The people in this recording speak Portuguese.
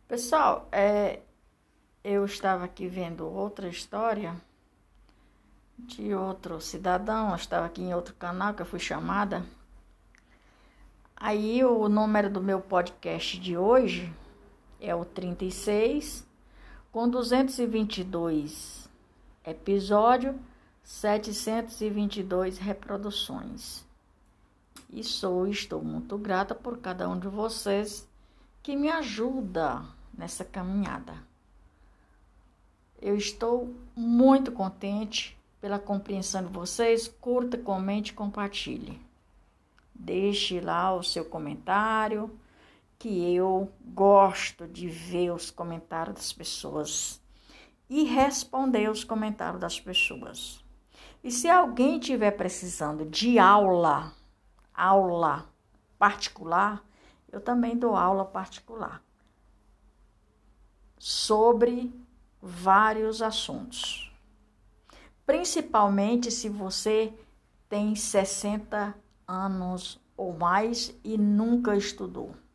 Pessoal, eu estava aqui vendo outra história de outro cidadão, eu estava aqui em outro canal que eu fui chamada. Aí o número do meu podcast de hoje é o 36, com 222 episódios, 722 reproduções. Estou muito grata por cada um de vocês que me ajuda nessa caminhada. Eu estou muito contente pela compreensão de vocês. Curta, comente, compartilhe. Deixe lá o seu comentário, que eu gosto de ver os comentários das pessoas e responder os comentários das pessoas. E se alguém estiver precisando de aula particular, eu também dou aula particular sobre vários assuntos. Principalmente se você tem 60 anos ou mais e nunca estudou.